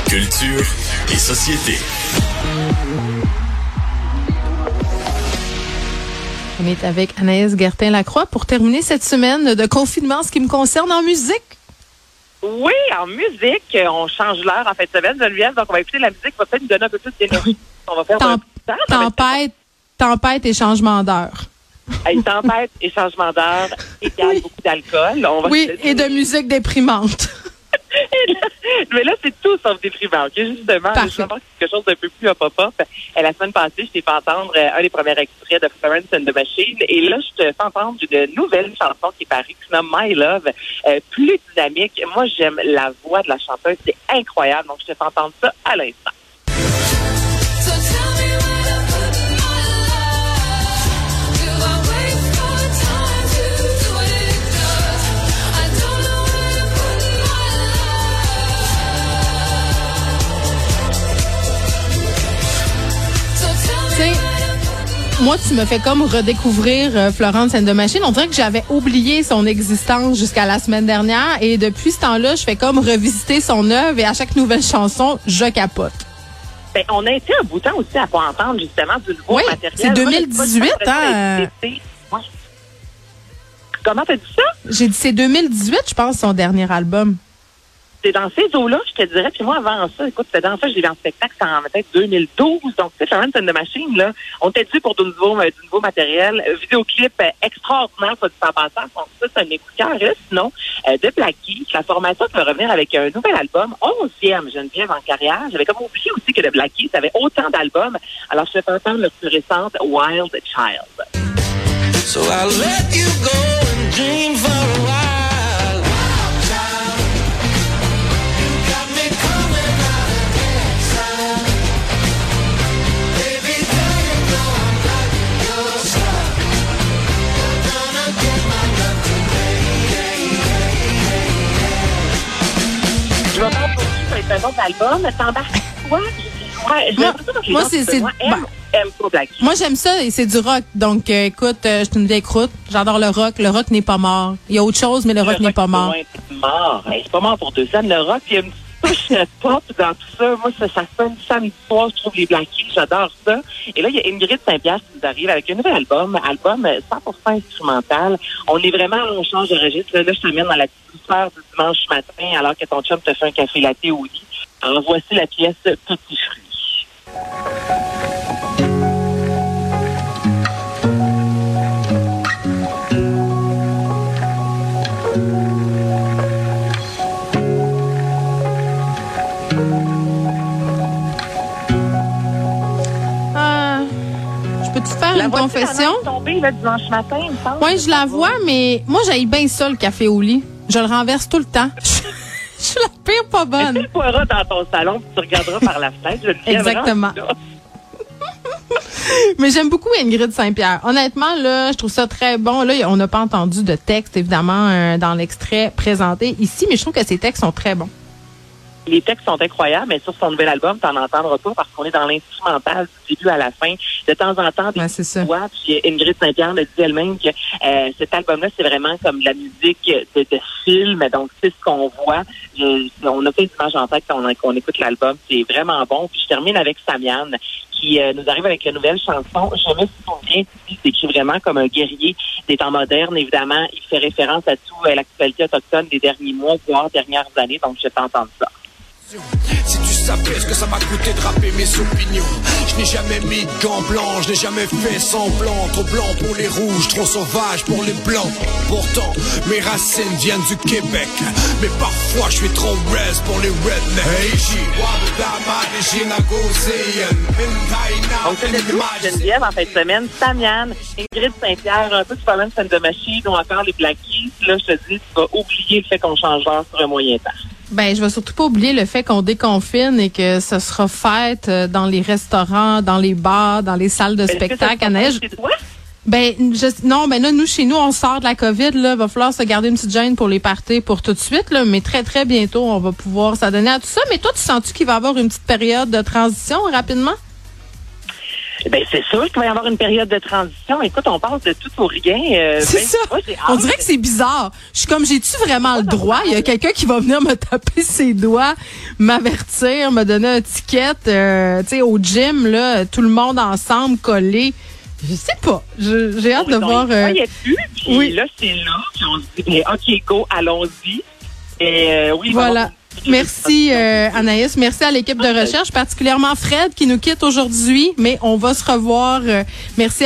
Culture et société. On est avec Anaïs Gertin-Lacroix pour terminer cette semaine de confinement, ce qui me concerne en musique. Oui, en musique, on change l'heure en fin de semaine, Geneviève, donc on va écouter la musique qui va peut-être nous donner un peu plus d'énergie. On va faire tempête et changement d'heure. Hey, tempête et changement d'heure égale beaucoup d'alcool. Et de musique déprimante. Mais là, c'est tout sauf déprimant. Okay? Justement, je vais avoir quelque chose d'un peu plus pop-up. La semaine passée, je t'ai fait entendre un des premiers extraits de Florence and the Machine. Et là, je te fais entendre une nouvelle chanson qui est parue, qui s'appelle My Love, plus dynamique. Moi, j'aime la voix de la chanteuse. C'est incroyable. Donc, je te fais entendre ça à l'instant. Moi, tu me fais comme redécouvrir Florence and the Machine. On dirait que j'avais oublié son existence jusqu'à la semaine dernière. Et depuis ce temps-là, je fais comme revisiter son œuvre. Et à chaque nouvelle chanson, je capote. Ben, on a été un bout de temps aussi à pas entendre justement du nouveau matériel. C'est 2018, hein? Ouais. Comment t'as dit ça? J'ai dit c'est 2018, je pense, son dernier album. C'est dans ces eaux-là, je te dirais. Puis moi, avant ça, écoute, c'était dans ça, je l'ai vu en spectacle, c'était en peut-être 2012. Donc, tu sais, Florence and the Machine, là, on était dû pour du nouveau matériel. Vidéoclip extraordinaire, ça, du temps passant. Donc, ça, c'est un écouteur. Et là, sinon, de Black Keys, la formation qui va revenir avec un nouvel album, 11e Geneviève en carrière. J'avais comme oublié aussi que de Black Keys avait autant d'albums. Alors, je vais entendre leur plus récente, Wild Child. So I'll let you go and dream for a while. Je vais faire pour un autre album. T'embarques quoi? Moi, j'aime ça et c'est du rock. Donc, écoute, je suis une vieille croûte. J'adore le rock. Le rock n'est pas mort. Il y a autre chose, mais le rock n'est pas mort. C'est pas mort pour deux ans. Le rock, il y a une petite touche pop dans tout ça. Moi, ça sonne samedi soir. Je trouve les Black Keys, j'adore ça. Et là, il y a Ingrid Saint-Pierre qui nous arrive avec un nouvel album 100% instrumental. On est vraiment, on change de registre. Là, je t'amène dans la petite douceur du dimanche matin alors que ton chum te fait un café latte au lit. Alors, voici la pièce Petit Fruit. Peux-tu faire une confession? Oui, je la vois, mais moi, j'haïs bien ça, le café au lit. Je le renverse tout le temps. Je suis la pire pas bonne. Tu le boiras dans ton salon, puis tu regarderas par la fenêtre. Exactement. Mais j'aime beaucoup Ingrid Saint-Pierre. Honnêtement, là, je trouve ça très bon. Là, on n'a pas entendu de texte, évidemment, dans l'extrait présenté ici, mais je trouve que ces textes sont très bons. Les textes sont incroyables, mais sur son nouvel album, t'en entendras pas parce qu'on est dans l'instrumental du début à la fin. De temps en temps, des voix, puis Ingrid Saint-Pierre le dit elle-même que cet album-là, c'est vraiment comme la musique de film. Donc, c'est ce qu'on voit. On a fait une image en tête quand on écoute l'album. C'est vraiment bon. Puis je termine avec Samian qui nous arrive avec une nouvelle chanson. Je me souviens, c'est écrit vraiment comme un guerrier des temps modernes. Évidemment, il fait référence à tout l'actualité autochtone des derniers mois, voire dernières années. Donc, je t'entends ça. Si tu savais ce que ça m'a coûté de rapper mes opinions. Je n'ai jamais mis de gants blancs, je n'ai jamais fait semblant. Trop blanc pour les rouges, trop sauvage pour les blancs. Pourtant, mes racines viennent du Québec. Mais parfois, je suis trop reste pour les rednecks. On fait le groupe Geneviève en fin de semaine. Samian, Ingrid Saint-Pierre, un peu de Florence and the Machine ou encore les Black Keys. Là, je te dis, tu vas oublier le fait qu'on change d'heure sur un moyen temps. Ben, je vais surtout pas oublier le fait qu'on déconfine et que ce sera fête dans les restaurants, dans les bars, dans les salles de spectacle. Anaïs, ben, là, nous, chez nous, on sort de la COVID, là. Va falloir se garder une petite gêne pour les parties pour tout de suite, là. Mais très, très bientôt, on va pouvoir s'adonner à tout ça. Mais toi, tu sens-tu qu'il va y avoir une petite période de transition rapidement? Ben c'est sûr qu'il va y avoir une période de transition. Écoute, on parle de tout ou rien. C'est ça. On dirait que c'est bizarre. Je suis comme, j'ai-tu vraiment le droit? Il y a quelqu'un qui va venir me taper ses doigts, m'avertir, me donner un ticket. Tu sais, au gym, là, tout le monde ensemble, collé. Je sais pas. J'ai hâte de voir. Il n'y a plus. Puis là, c'est là. Puis on se dit, ben, OK, go, allons-y. Et oui, voilà. Merci Anaïs, merci à l'équipe de recherche, particulièrement Fred qui nous quitte aujourd'hui, mais on va se revoir. Merci